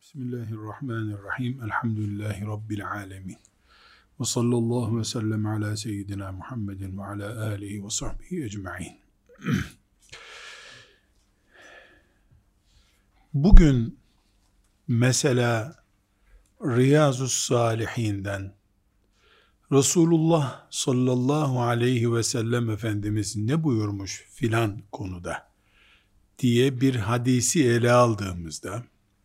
Bismillahirrahmanirrahim. Elhamdülillahi Rabbil alemin. Ve sallallahu ve sellem ala seyyidina Muhammedin ve ala alihi ve sahbihi ecma'in. Bugün mesela Riyazu's-Salihin'den Resulullah sallallahu aleyhi ve sellem Efendimiz ne buyurmuş filan konuda diye bir hadisi ele aldığımızda,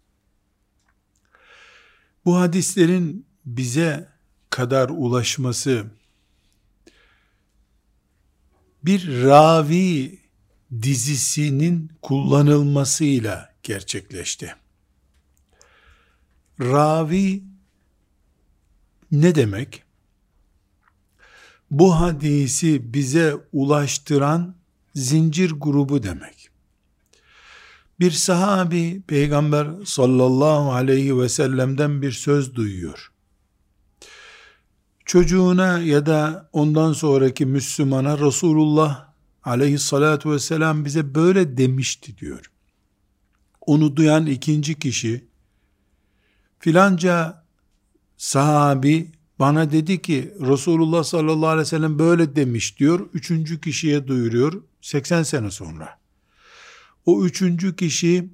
bu hadislerin bize kadar ulaşması bir ravi dizisinin kullanılmasıyla gerçekleşti. Ravi ne demek? Bu hadisi bize ulaştıran zincir grubu demek. Bir sahabi Peygamber sallallahu aleyhi ve sellem'den bir söz duyuyor. Çocuğuna ya da ondan sonraki Müslümana Resulullah aleyhissalatu vesselam bize böyle demişti diyor. Onu duyan ikinci kişi, filanca sahabi bana dedi ki Resulullah sallallahu aleyhi ve sellem böyle demiş diyor. Üçüncü kişiye duyuruyor 80 sene sonra. O üçüncü kişi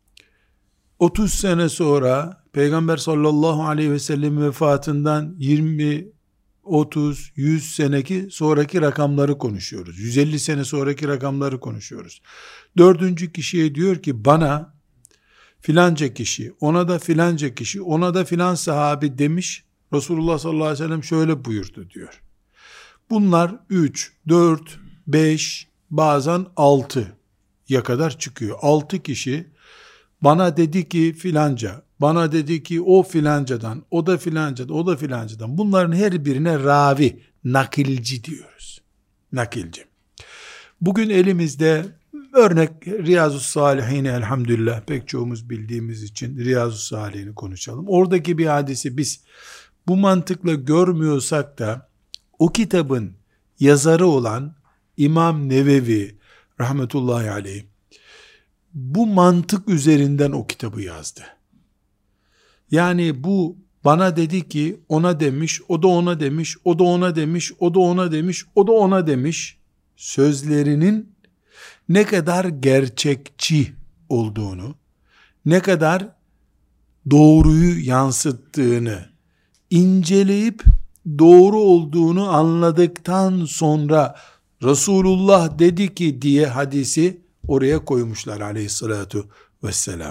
30 sene sonra Peygamber sallallahu aleyhi ve sellem vefatından 20, 30, 100 seneki sonraki rakamları konuşuyoruz. 150 sene sonraki rakamları konuşuyoruz. Dördüncü kişiye diyor ki bana filanca kişi, ona da filanca kişi, ona da filan sahabi demiş. Resulullah sallallahu aleyhi ve sellem şöyle buyurdu diyor. Bunlar 3, 4, 5, bazen 6 ya kadar çıkıyor. 6 kişi bana dedi ki filanca, bana dedi ki o filancadan, o da filancadan, o da filancadan. Bunların her birine ravi, nakilci diyoruz. Nakilci. Bugün elimizde örnek Riyazu's-Salihin'i elhamdülillah pek çoğumuz bildiğimiz için Riyazu's-Salihin'i konuşalım. Oradaki bir hadisi biz bu mantıkla görmüyorsak da o kitabın yazarı olan İmam Nevevi rahmetullahi aleyh bu mantık üzerinden o kitabı yazdı. Yani bu bana dedi ki ona demiş, o da ona demiş, o da ona demiş, o da ona demiş, o da ona demiş sözlerinin ne kadar gerçekçi olduğunu, ne kadar doğruyu yansıttığını inceleyip doğru olduğunu anladıktan sonra Resulullah dedi ki diye hadisi oraya koymuşlar aleyhissalatu vesselam.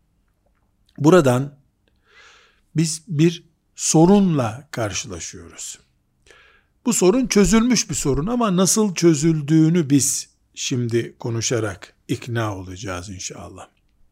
Buradan biz bir sorunla karşılaşıyoruz. Bu sorun çözülmüş bir sorun ama nasıl çözüldüğünü biz şimdi konuşarak ikna olacağız inşallah.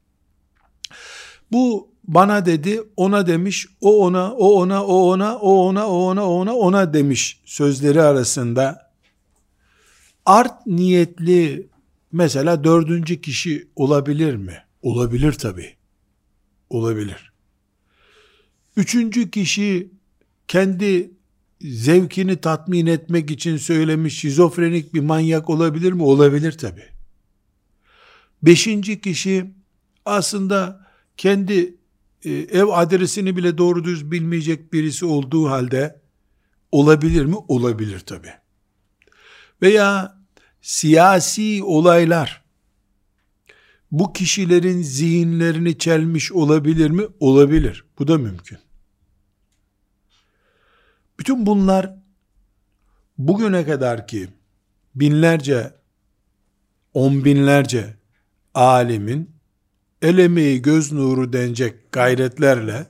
Bu bana dedi, ona demiş, o ona, o ona, o ona, o ona, o ona, o ona, ona demiş sözleri arasında art niyetli mesela dördüncü kişi olabilir mi? Olabilir tabii. Olabilir. Üçüncü kişi kendi zevkini tatmin etmek için söylemiş şizofrenik bir manyak olabilir mi? Olabilir tabii. Beşinci kişi aslında kendi ev adresini bile doğru düz bilmeyecek birisi olduğu halde olabilir mi? Olabilir tabii. Veya siyasi olaylar bu kişilerin zihinlerini çelmiş olabilir mi? Olabilir. Bu da mümkün. Bütün bunlar bugüne kadar ki binlerce, on binlerce alimin el emeği göz nuru denecek gayretlerle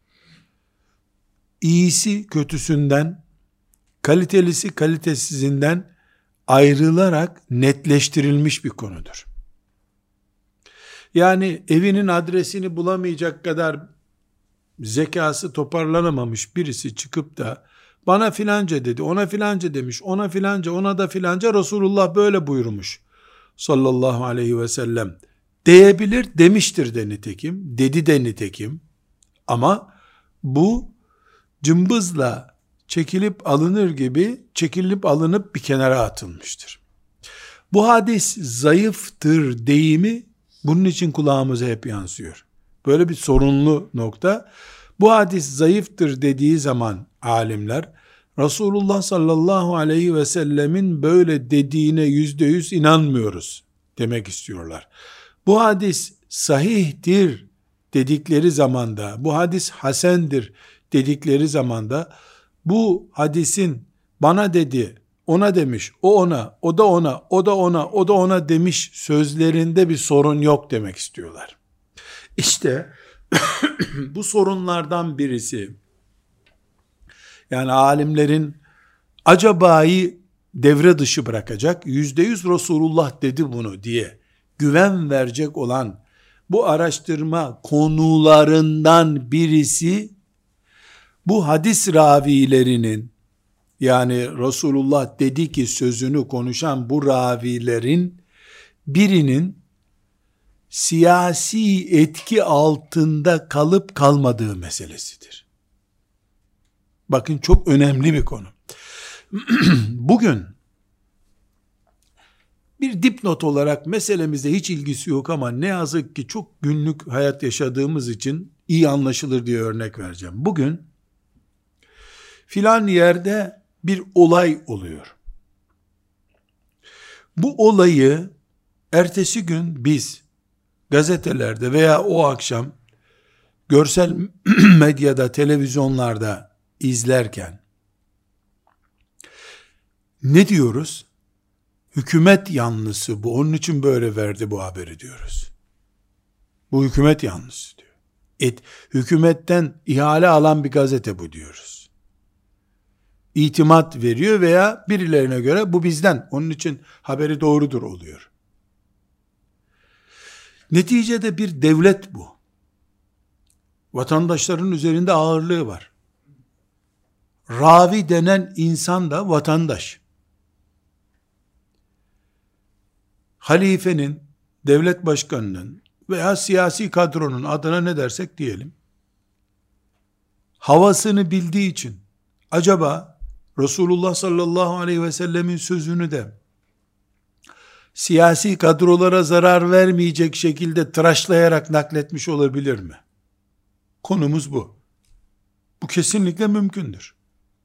iyisi kötüsünden, kalitelisi kalitesizinden ayrılarak netleştirilmiş bir konudur. Yani evinin adresini bulamayacak kadar zekası toparlanamamış birisi çıkıp da bana filanca dedi, ona filanca demiş, ona filanca, ona da filanca Resulullah böyle buyurmuş sallallahu aleyhi ve sellem diyebilir, demiştir de nitekim, dedi de nitekim ama bu cımbızla çekilip alınır gibi çekilip alınıp bir kenara atılmıştır. Bu hadis zayıftır deyimi bunun için kulağımıza hep yansıyor. Böyle bir sorunlu nokta. Bu hadis zayıftır dediği zaman alimler, Resulullah sallallahu aleyhi ve sellemin böyle dediğine %100 inanmıyoruz demek istiyorlar. Bu hadis sahihtir dedikleri zamanda, bu hadis hasendir dedikleri zamanda, bu hadisin bana dedi, ona demiş, o ona, o da ona, o da ona, o da ona demiş sözlerinde bir sorun yok demek istiyorlar. İşte bu sorunlardan birisi, yani alimlerin acabayı devre dışı bırakacak, %100 Resulullah dedi bunu diye güven verecek olan bu araştırma konularından birisi, bu hadis ravilerinin, yani Resulullah dedi ki sözünü konuşan bu ravilerin birinin siyasi etki altında kalıp kalmadığı meselesidir. Bakın, çok önemli bir konu. Bugün bir dipnot olarak meselemizde hiç ilgisi yok ama ne yazık ki çok günlük hayat yaşadığımız için iyi anlaşılır diye örnek vereceğim. Bugün filan yerde bir olay oluyor. Bu olayı ertesi gün biz gazetelerde veya o akşam görsel medyada, televizyonlarda izlerken ne diyoruz? Hükümet yanlısı bu, onun için böyle verdi bu haberi diyoruz. Bu hükümet yanlısı diyor. Hükümetten ihale alan bir gazete bu diyoruz. İtimat veriyor veya birilerine göre bu bizden, onun için haberi doğrudur oluyor. Neticede bir devlet bu. Vatandaşların üzerinde ağırlığı var. Ravi denen insan da vatandaş. Halifenin, devlet başkanının veya siyasi kadronun, adına ne dersek diyelim, havasını bildiği için acaba Resulullah sallallahu aleyhi ve sellemin sözünü de siyasi kadrolara zarar vermeyecek şekilde tıraşlayarak nakletmiş olabilir mi? Konumuz bu. Bu kesinlikle mümkündür.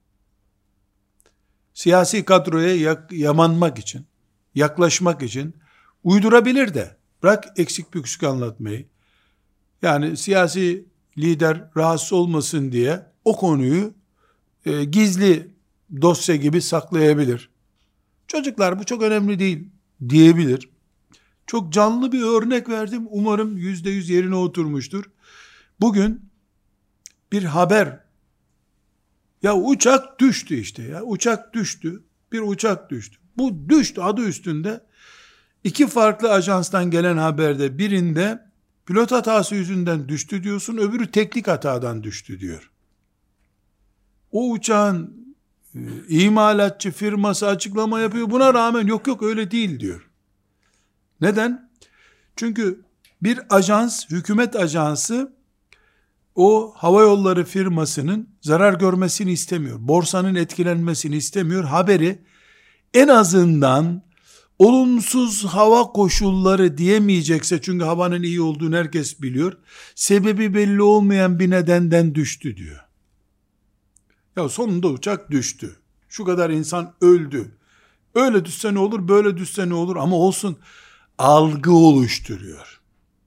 Siyasi kadroya yamanmak için, yaklaşmak için uydurabilir de, bırak eksik büksük anlatmayı. Yani siyasi lider rahatsız olmasın diye o konuyu gizli dosya gibi saklayabilir. Çocuklar bu çok önemli değil diyebilir. Çok canlı bir örnek verdim. Umarım %100 yerine oturmuştur. Bugün bir haber, ya uçak düştü işte ya, uçak düştü, bir uçak düştü. Bu düştü adı üstünde. İki farklı ajanstan gelen haberde birinde pilot hatası yüzünden düştü diyorsun, öbürü teknik hatadan düştü diyor. O uçağın imalatçı firması açıklama yapıyor, buna rağmen yok öyle değil diyor. Neden? Çünkü bir ajans, hükümet ajansı, o hava yolları firmasının zarar görmesini istemiyor. Borsanın etkilenmesini istemiyor. Haberi en azından olumsuz hava koşulları diyemeyecekse, çünkü havanın iyi olduğunu herkes biliyor, sebebi belli olmayan bir nedenden düştü diyor. Ya sonunda uçak düştü. Şu kadar insan öldü. Öyle düşse ne olur, böyle düşse ne olur, ama olsun, algı oluşturuyor.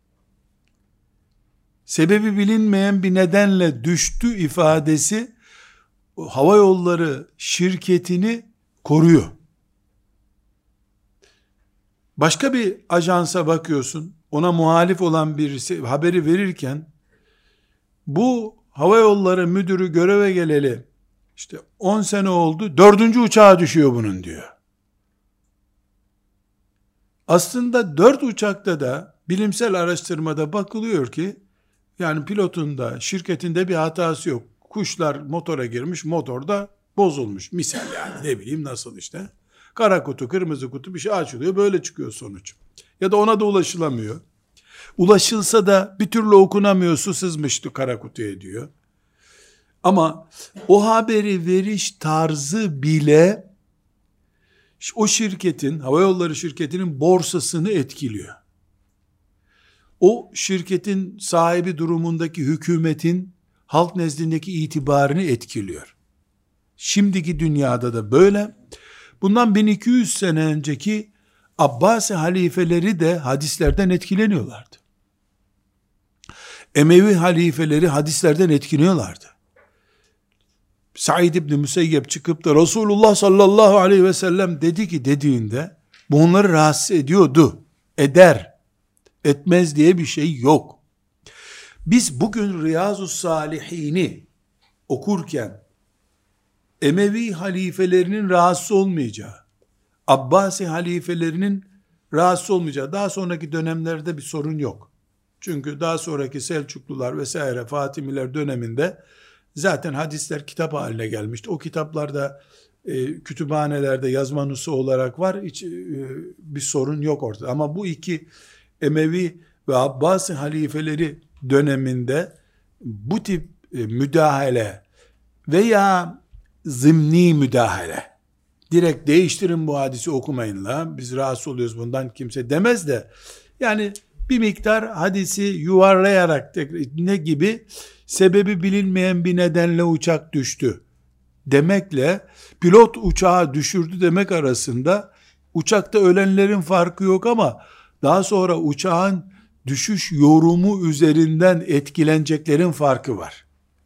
Sebebi bilinmeyen bir nedenle düştü ifadesi hava yolları şirketini koruyor. Başka bir ajansa bakıyorsun, ona muhalif olan birisi haberi verirken, bu hava yolları müdürü göreve geleli işte 10 sene oldu, 4. uçağa düşüyor bunun diyor. Aslında 4 uçakta da bilimsel araştırmada bakılıyor ki, yani pilotun da şirketin de bir hatası yok. Kuşlar motora girmiş, motorda bozulmuş. Misal yani, ne bileyim nasıl işte. Kara kutu, kırmızı kutu bir şey açılıyor, böyle çıkıyor sonuç. Ya da ona da ulaşılamıyor. Ulaşılsa da bir türlü okunamıyor, su sızmıştı kara kutuya diyor. Ama o haberi veriş tarzı bile o şirketin, hava yolları şirketinin borsasını etkiliyor. o şirketin sahibi durumundaki hükümetin halk nezdindeki itibarını etkiliyor. Şimdiki dünyada da böyle. Bundan 1200 sene önceki Abbasi halifeleri de hadislerden etkileniyorlardı. Emevi halifeleri hadislerden etkileniyorlardı. Said İbni Müseyyep çıkıp da Resulullah sallallahu aleyhi ve sellem dedi ki dediğinde bu onları rahatsız ediyordu. Eder, etmez diye bir şey yok. Biz bugün Riyazus Salihini okurken Emevi halifelerinin rahatsız olmayacağı, Abbasi halifelerinin rahatsız olmayacağı, daha sonraki dönemlerde bir sorun yok. Çünkü daha sonraki Selçuklular vesaire Fatimiler döneminde zaten hadisler kitap haline gelmişti. O kitaplarda kütüphanelerde yazma nüshu olarak var. Hiç bir sorun yok ortada. Ama bu iki Emevi ve Abbasi halifeleri döneminde bu tip müdahale veya zımni müdahale, direkt değiştirin bu hadisi okumayın la, biz rahatsız oluyoruz bundan kimse demez de, yani bir miktar hadisi yuvarlayarak ne gibi sebebi bilinmeyen bir nedenle uçak düştü demekle pilot uçağı düşürdü demek arasında uçakta ölenlerin farkı yok ama daha sonra uçağın düşüş yorumu üzerinden etkileneceklerin farkı var.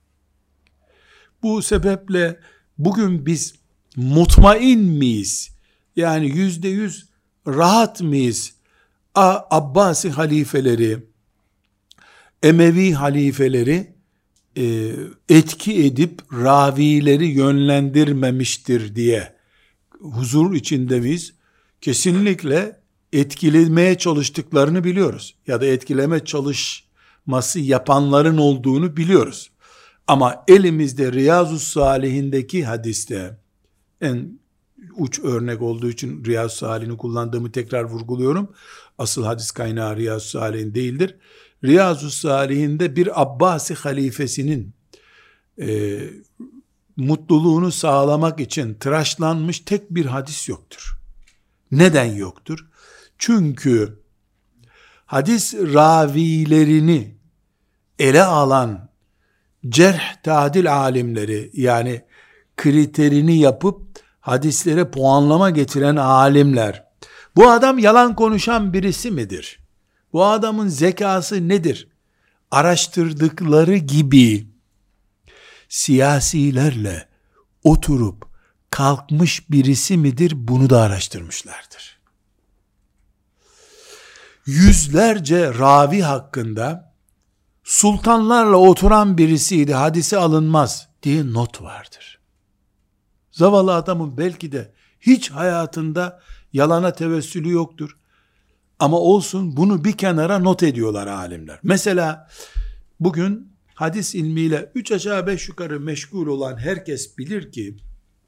Bu sebeple bugün biz mutmain miyiz? Yani %100 rahat mıyız? Abbasi halifeleri, Emevi halifeleri etki edip ravileri yönlendirmemiştir diye huzur içinde miyiz? Kesinlikle etkilemeye çalıştıklarını biliyoruz. Ya da etkileme çalışması yapanların olduğunu biliyoruz. Ama elimizde Riyazus Salihindeki hadiste, en uç örnek olduğu için Riyazus Salihini kullandığımı tekrar vurguluyorum. Asıl hadis kaynağı Riyazus Salihin değildir. Riyazus Salihinde bir Abbasi halifesinin mutluluğunu sağlamak için tıraşlanmış tek bir hadis yoktur. Neden yoktur? Çünkü hadis ravilerini ele alan cerh tadil alimleri, yani kriterini yapıp hadislere puanlama getiren alimler, bu adam yalan konuşan birisi midir? Bu adamın zekası nedir? Araştırdıkları gibi siyasilerle oturup kalkmış birisi midir? Bunu da araştırmışlardır. Yüzlerce ravi hakkında sultanlarla oturan birisiydi, hadisi alınmaz diye not vardır. Zavallı adamın belki de hiç hayatında yalana tevessülü yoktur. Ama olsun, bunu bir kenara not ediyorlar alimler. Mesela bugün hadis ilmiyle 3 aşağı 5 yukarı meşgul olan herkes bilir ki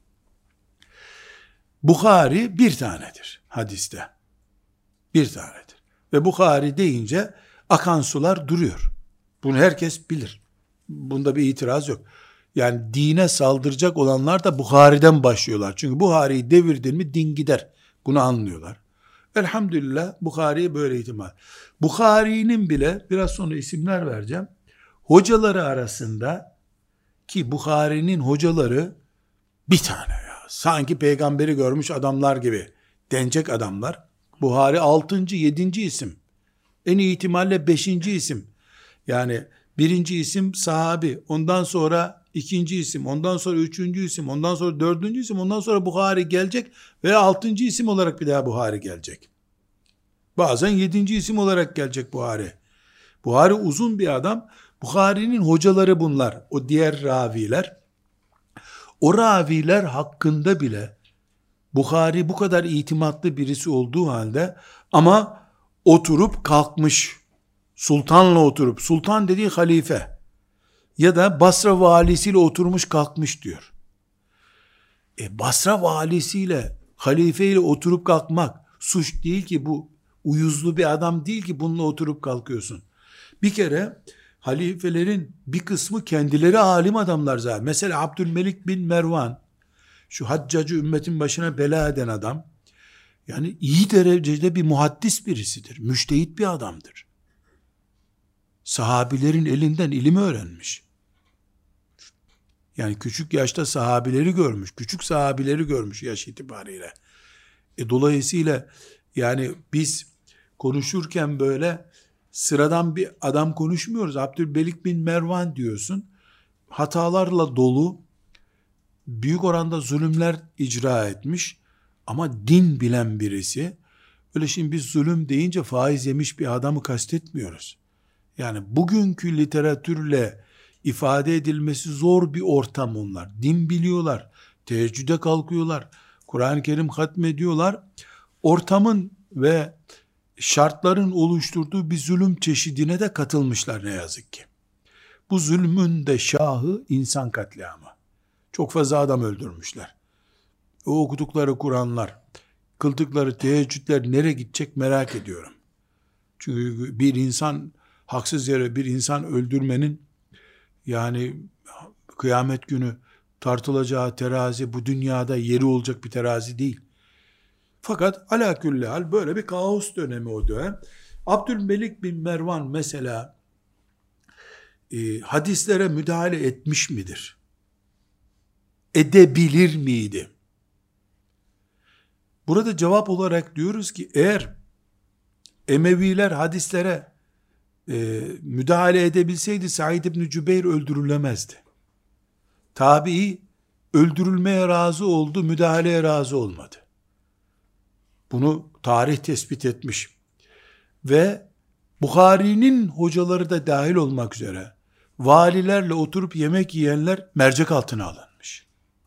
Bukhari bir tanedir hadiste. Bir tanedir. Ve Bukhari deyince akan sular duruyor. Bunu herkes bilir. Bunda bir itiraz yok. Yani dine saldıracak olanlar da Bukhari'den başlıyorlar. Çünkü Bukhari'yi devirdin mi din gider. Bunu anlıyorlar. Elhamdülillah Bukhari'ye böyle itimat. Bukhari'nin bile biraz sonra isimler vereceğim. Hocaları arasında, ki Bukhari'nin hocaları bir tane ya. Sanki peygamberi görmüş adamlar gibi denecek adamlar. Bukhari 6. 7. isim. En iyi ihtimalle 5. isim. Yani 1. isim sahabi, ondan sonra 2. isim, ondan sonra 3. isim, ondan sonra 4. isim, ondan sonra Bukhari gelecek veya 6. isim olarak bir daha Bukhari gelecek. Bazen 7. isim olarak gelecek Bukhari. Bukhari uzun bir adam. Bukhari'nin hocaları bunlar. O diğer raviler. O raviler hakkında bile Bukhari bu kadar itimatlı birisi olduğu halde ama oturup kalkmış, sultanla oturup, sultan dediği halife ya da Basra valisiyle oturmuş kalkmış diyor. Basra valisiyle, halifeyle oturup kalkmak suç değil ki, bu uyuzlu bir adam değil ki bununla oturup kalkıyorsun. Bir kere halifelerin bir kısmı kendileri alim adamlar zaten. Mesela Abdülmelik bin Mervan, şu Haccacı ümmetin başına bela eden adam, yani iyi derecede bir muhaddis birisidir. Müştehit bir adamdır. sahabilerin elinden ilimi öğrenmiş. Yani küçük yaşta sahabileri görmüş, küçük sahabileri görmüş yaş itibariyle. Dolayısıyla yani biz konuşurken böyle sıradan bir adam konuşmuyoruz. Abdülmelik bin Mervan diyorsun. Hatalarla dolu, büyük oranda zulümler icra etmiş ama din bilen birisi. Öyle şimdi biz zulüm deyince faiz yemiş bir adamı kastetmiyoruz. Yani bugünkü literatürle ifade edilmesi zor bir ortam onlar. Din biliyorlar, teheccüde kalkıyorlar, Kur'an-ı Kerim hatmediyorlar. Ortamın ve şartların oluşturduğu bir zulüm çeşidine de katılmışlar ne yazık ki. Bu zulmün de şahı insan katliamı. Çok fazla adam öldürmüşler. O okudukları Kur'anlar, kıldıkları teheccüdler nereye gidecek merak ediyorum. Çünkü bir insan, haksız yere bir insan öldürmenin, yani kıyamet günü tartılacağı terazi bu dünyada yeri olacak bir terazi değil. Fakat ala külli hal böyle bir kaos dönemi o dönem. Abdülmelik bin Mervan mesela hadislere müdahale etmiş midir? Edebilir miydi? Burada cevap olarak diyoruz ki eğer Emeviler hadislere müdahale edebilseydi Said İbni Cübeyr öldürülemezdi. Tabii öldürülmeye razı oldu, müdahaleye razı olmadı. Bunu tarih tespit etmiş. Ve Bukhari'nin hocaları da dahil olmak üzere valilerle oturup yemek yiyenler mercek altına alınmış.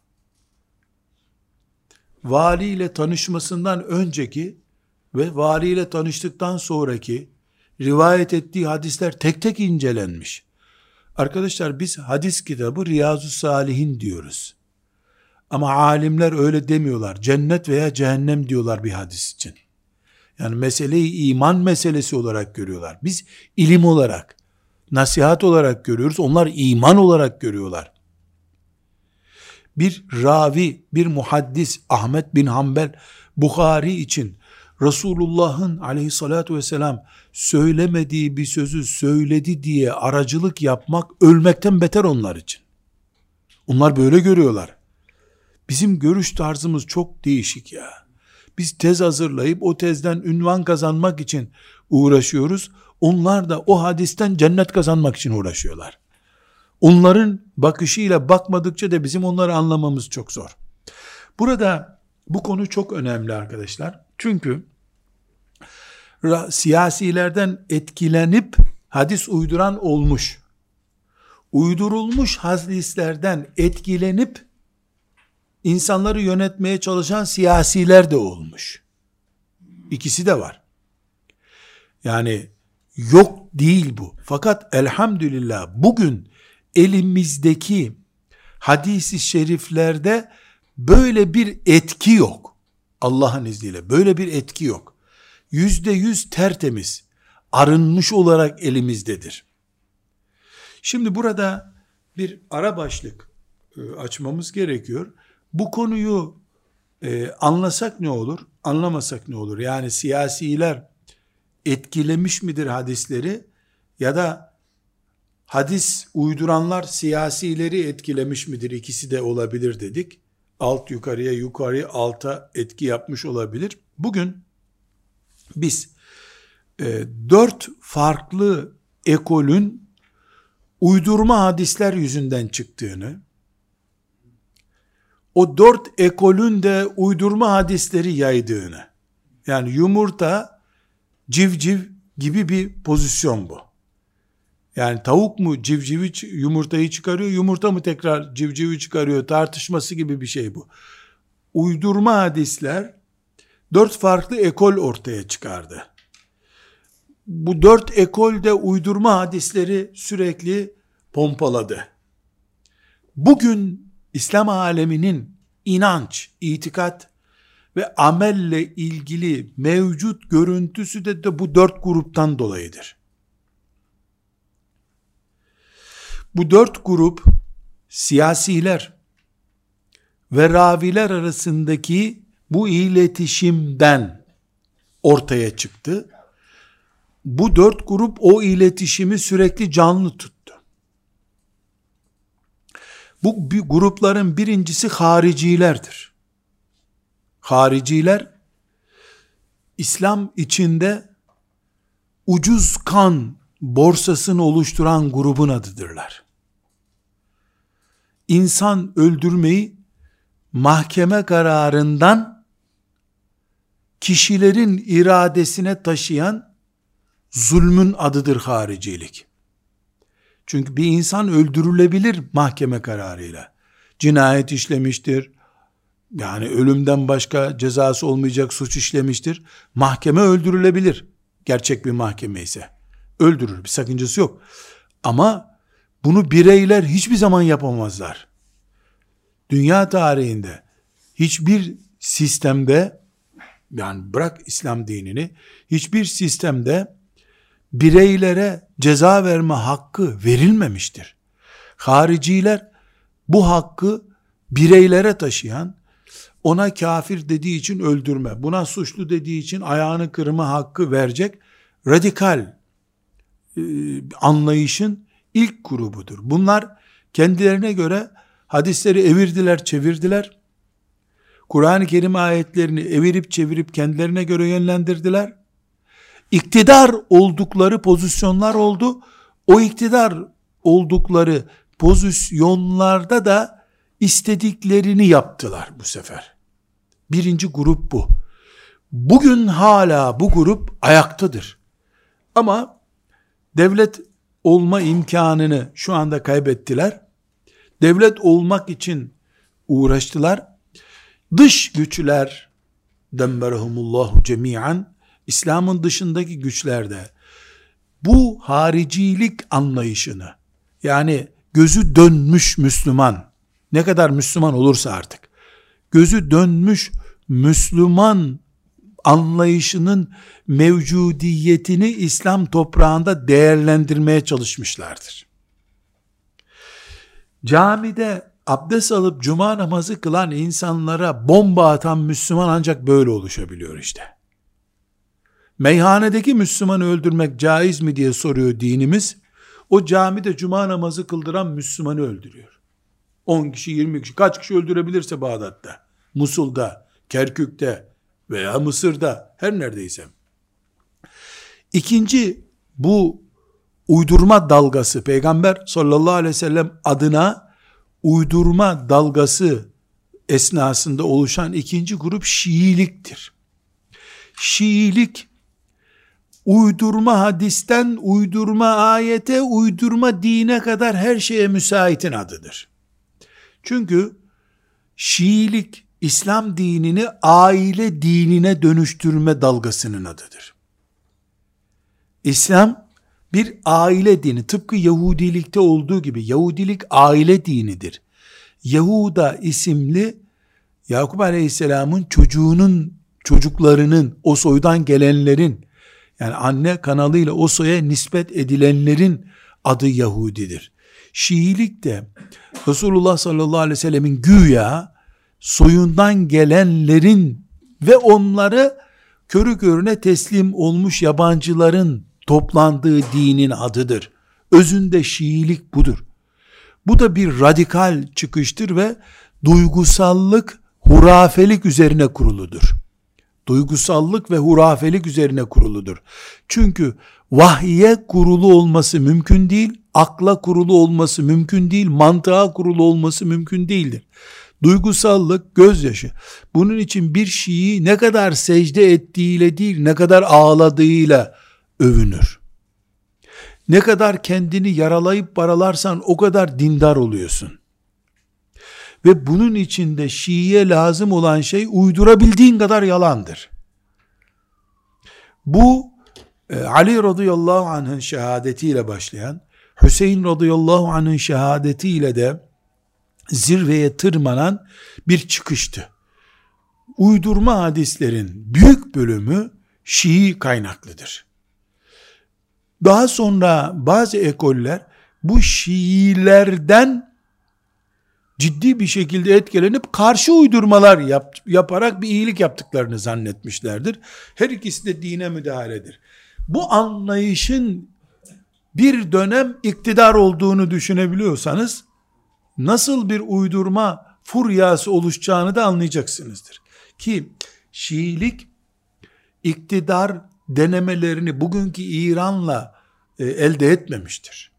Valiyle tanışmasından önceki ve valiyle tanıştıktan sonraki rivayet ettiği hadisler tek tek incelenmiş. Arkadaşlar biz hadis kitabı Riyazu Salihin diyoruz. Ama alimler öyle demiyorlar. Cennet veya cehennem diyorlar bir hadis için. Yani meseleyi iman meselesi olarak görüyorlar. Biz ilim olarak, nasihat olarak görüyoruz. Onlar iman olarak görüyorlar. Bir ravi, bir muhaddis Ahmet bin Hanbel Bukhari için Resulullah'ın aleyhissalatu vesselam söylemediği bir sözü söyledi diye aracılık yapmak ölmekten beter onlar için. Onlar böyle görüyorlar. Bizim görüş tarzımız çok değişik ya. Biz tez hazırlayıp o tezden ünvan kazanmak için uğraşıyoruz. Onlar da o hadisten cennet kazanmak için uğraşıyorlar. Onların bakışıyla bakmadıkça da bizim onları anlamamız çok zor. Burada bu konu çok önemli arkadaşlar. Çünkü siyasilerden etkilenip hadis uyduran olmuş. Uydurulmuş hadislerden etkilenip insanları yönetmeye çalışan siyasiler de olmuş. İkisi de var. Yani yok değil bu. Fakat elhamdülillah bugün elimizdeki hadis-i şeriflerde böyle bir etki yok. Allah'ın izniyle böyle bir etki yok. %100 tertemiz, arınmış olarak elimizdedir. Şimdi burada bir ara başlık açmamız gerekiyor. Bu konuyu anlasak ne olur, anlamasak ne olur? Yani siyasiler etkilemiş midir hadisleri ya da hadis uyduranlar siyasileri etkilemiş midir? İkisi de olabilir dedik. Alt yukarıya, yukarı alta etki yapmış olabilir. Bugün biz 4 farklı ekolün uydurma hadisler yüzünden çıktığını, o 4 ekolün de uydurma hadisleri yaydığını, yani yumurta, civciv gibi bir pozisyon bu. Yani tavuk mu civcivi yumurtayı çıkarıyor, yumurta mı tekrar civcivi çıkarıyor tartışması gibi bir şey bu. Uydurma hadisler 4 farklı ekol ortaya çıkardı. Bu 4 ekol de uydurma hadisleri sürekli pompaladı. Bugün İslam aleminin inanç, itikat ve amelle ilgili mevcut görüntüsü de bu 4 gruptan dolayıdır. Bu 4 grup siyasiler ve raviler arasındaki bu iletişimden ortaya çıktı. bu 4 grup o iletişimi sürekli canlı tuttu. Bu grupların birincisi haricilerdir. Hariciler, İslam içinde ucuz kan borsasını oluşturan grubun adıdırlar. İnsan öldürmeyi mahkeme kararından kişilerin iradesine taşıyan zulmün adıdır haricilik. Çünkü bir insan öldürülebilir mahkeme kararıyla. Cinayet işlemiştir, yani ölümden başka cezası olmayacak suç işlemiştir. Mahkeme öldürülebilir. Gerçek bir mahkeme ise. Öldürür, bir sakıncası yok. Ama bunu bireyler hiçbir zaman yapamazlar. Dünya tarihinde hiçbir sistemde, yani bırak İslam dinini, hiçbir sistemde bireylere ceza verme hakkı verilmemiştir. Hariciler bu hakkı bireylere taşıyan, ona kafir dediği için öldürme, buna suçlu dediği için ayağını kırma hakkı verecek radikal anlayışın ilk grubudur. Bunlar kendilerine göre hadisleri evirdiler, çevirdiler. Kur'an-ı Kerim ayetlerini evirip çevirip kendilerine göre yönlendirdiler. İktidar oldukları pozisyonlar oldu. O iktidar oldukları pozisyonlarda da istediklerini yaptılar bu sefer. Birinci grup bu. Bugün hala bu grup ayaktadır. Ama devlet olma imkanını şu anda kaybettiler. Devlet olmak için uğraştılar. Dış güçler, demberehumullahu cemiyan, İslam'ın dışındaki güçlerde bu haricilik anlayışını, yani gözü dönmüş Müslüman, ne kadar Müslüman olursa artık, gözü dönmüş Müslüman anlayışının mevcudiyetini İslam toprağında değerlendirmeye çalışmışlardır. Camide abdest alıp cuma namazı kılan insanlara bomba atan Müslüman ancak böyle oluşabiliyor işte. Meyhanedeki Müslümanı öldürmek caiz mi diye soruyor dinimiz. O camide cuma namazı kıldıran Müslümanı öldürüyor. 10 kişi, 20 kişi, kaç kişi öldürebilirse Bağdat'ta, Musul'da, Kerkük'te veya Mısır'da, her neredeyse. İkinci, bu uydurma dalgası, Peygamber sallallahu aleyhi ve sellem adına uydurma dalgası esnasında oluşan ikinci grup Şiiliktir. Şiilik, uydurma hadisten, uydurma ayete, uydurma dine kadar her şeye müsaitin adıdır. Çünkü Şiilik, İslam dinini aile dinine dönüştürme dalgasının adıdır. İslam bir aile dini, tıpkı Yahudilikte olduğu gibi. Yahudilik aile dinidir. Yahuda isimli Yakup Aleyhisselam'ın çocuklarının, o soydan gelenlerin, yani anne kanalıyla o soya nispet edilenlerin adı Yahudidir. Şiilik de Resulullah sallallahu aleyhi ve sellemin güya soyundan gelenlerin ve onları körü körüne teslim olmuş yabancıların toplandığı dinin adıdır. Özünde Şiilik budur. Bu da bir radikal çıkıştır ve duygusallık, hurafelik üzerine kuruludur. Duygusallık ve hurafelik üzerine kuruludur. Çünkü vahye kurulu olması mümkün değil, akla kurulu olması mümkün değil, mantığa kurulu olması mümkün değildir. Duygusallık, gözyaşı. Bunun için bir Şii ne kadar secde ettiğiyle değil, ne kadar ağladığıyla övünür. Ne kadar kendini yaralayıp paralarsan o kadar dindar oluyorsun. Ve bunun içinde Şii'ye lazım olan şey uydurabildiğin kadar yalandır. Bu Ali radıyallahu anh'ın şehadetiyle başlayan, Hüseyin radıyallahu anh'ın şehadetiyle de zirveye tırmanan bir çıkıştı. Uydurma hadislerin büyük bölümü Şii kaynaklıdır. Daha sonra bazı ekoller bu Şiilerden ciddi bir şekilde etkilenip karşı uydurmalar yaparak bir iyilik yaptıklarını zannetmişlerdir. Her ikisi de dine müdahaledir. Bu anlayışın bir dönem iktidar olduğunu düşünebiliyorsanız, nasıl bir uydurma furyası oluşacağını da anlayacaksınızdır. Ki Şiilik iktidar denemelerini bugünkü İran'la elde etmemiştir.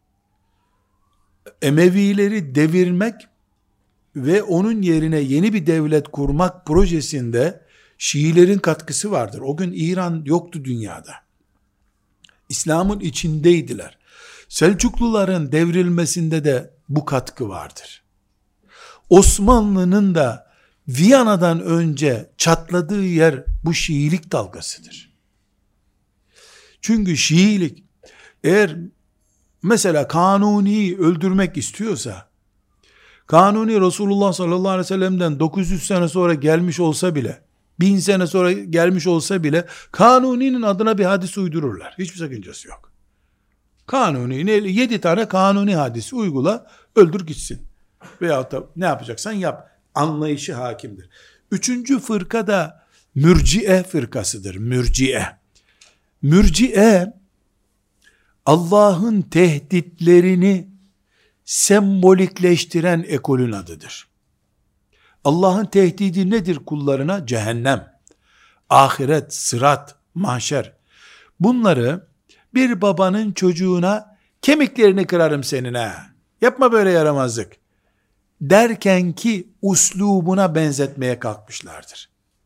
Emevileri devirmek ve onun yerine yeni bir devlet kurmak projesinde Şiilerin katkısı vardır. O gün İran yoktu dünyada. İslam'ın içindeydiler. Selçukluların devrilmesinde de bu katkı vardır. Osmanlı'nın da Viyana'dan önce çatladığı yer bu Şiilik dalgasıdır. Çünkü Şiilik eğer mesela Kanuni'yi öldürmek istiyorsa, Kanuni Resulullah sallallahu aleyhi ve sellem'den 900 sene sonra gelmiş olsa bile, 1000 sene sonra gelmiş olsa bile Kanuni'nin adına bir hadis uydururlar. Hiçbir sakıncası yok. Kanuni'nin 7 tane Kanuni hadisi uygula, öldür gitsin. Veyahut da ne yapacaksan yap. Anlayışı hakimdir. Üçüncü fırka da mürciye fırkasıdır. Mürciye, Allah'ın tehditlerini sembolikleştiren ekolün adıdır. Allah'ın tehdidi nedir kullarına? Cehennem, ahiret, sırat, mahşer. Bunları bir babanın çocuğuna kemiklerini kırarım senin ha, yapma böyle yaramazlık derken ki uslubuna benzetmeye kalkmışlardır.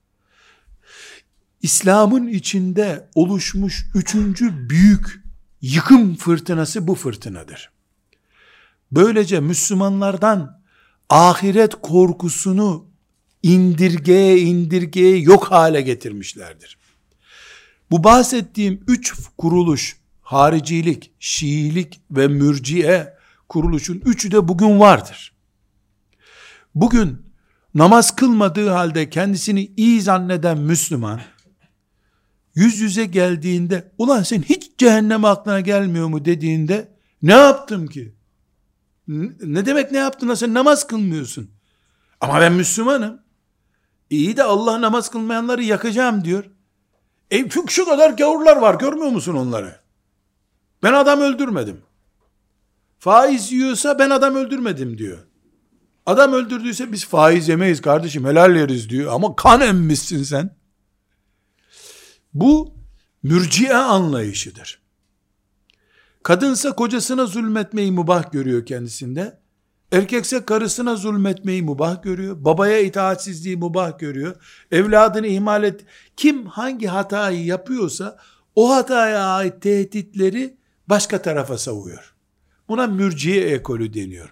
İslam'ın içinde oluşmuş üçüncü büyük yıkım fırtınası bu fırtınadır. Böylece Müslümanlardan ahiret korkusunu indirgeye yok hale getirmişlerdir. Bu bahsettiğim üç kuruluş, haricilik, Şiilik ve mürciye kuruluşun üçü de bugün vardır. Bugün namaz kılmadığı halde kendisini iyi zanneden Müslüman, yüz yüze geldiğinde, ulan sen hiç cehennem aklına gelmiyor mu dediğinde, ne yaptım ki? Ne demek ne yaptın? Sen namaz kılmıyorsun. Ama ben Müslümanım. İyi de Allah namaz kılmayanları yakacağım diyor. Şu kadar gavurlar var, görmüyor musun onları? Ben adam öldürmedim. Faiz yiyorsa ben adam öldürmedim diyor. Adam öldürdüyse biz faiz yemeyiz kardeşim, helal yeriz diyor. Ama kan emmişsin sen. Bu mürciye anlayışıdır. Kadınsa kocasına zulmetmeyi mubah görüyor kendisinde. Erkekse karısına zulmetmeyi mubah görüyor. Babaya itaatsizliği mubah görüyor. Evladını ihmal et. Kim hangi hatayı yapıyorsa o hataya ait tehditleri başka tarafa savuyor. Buna mürciye ekolü deniyor.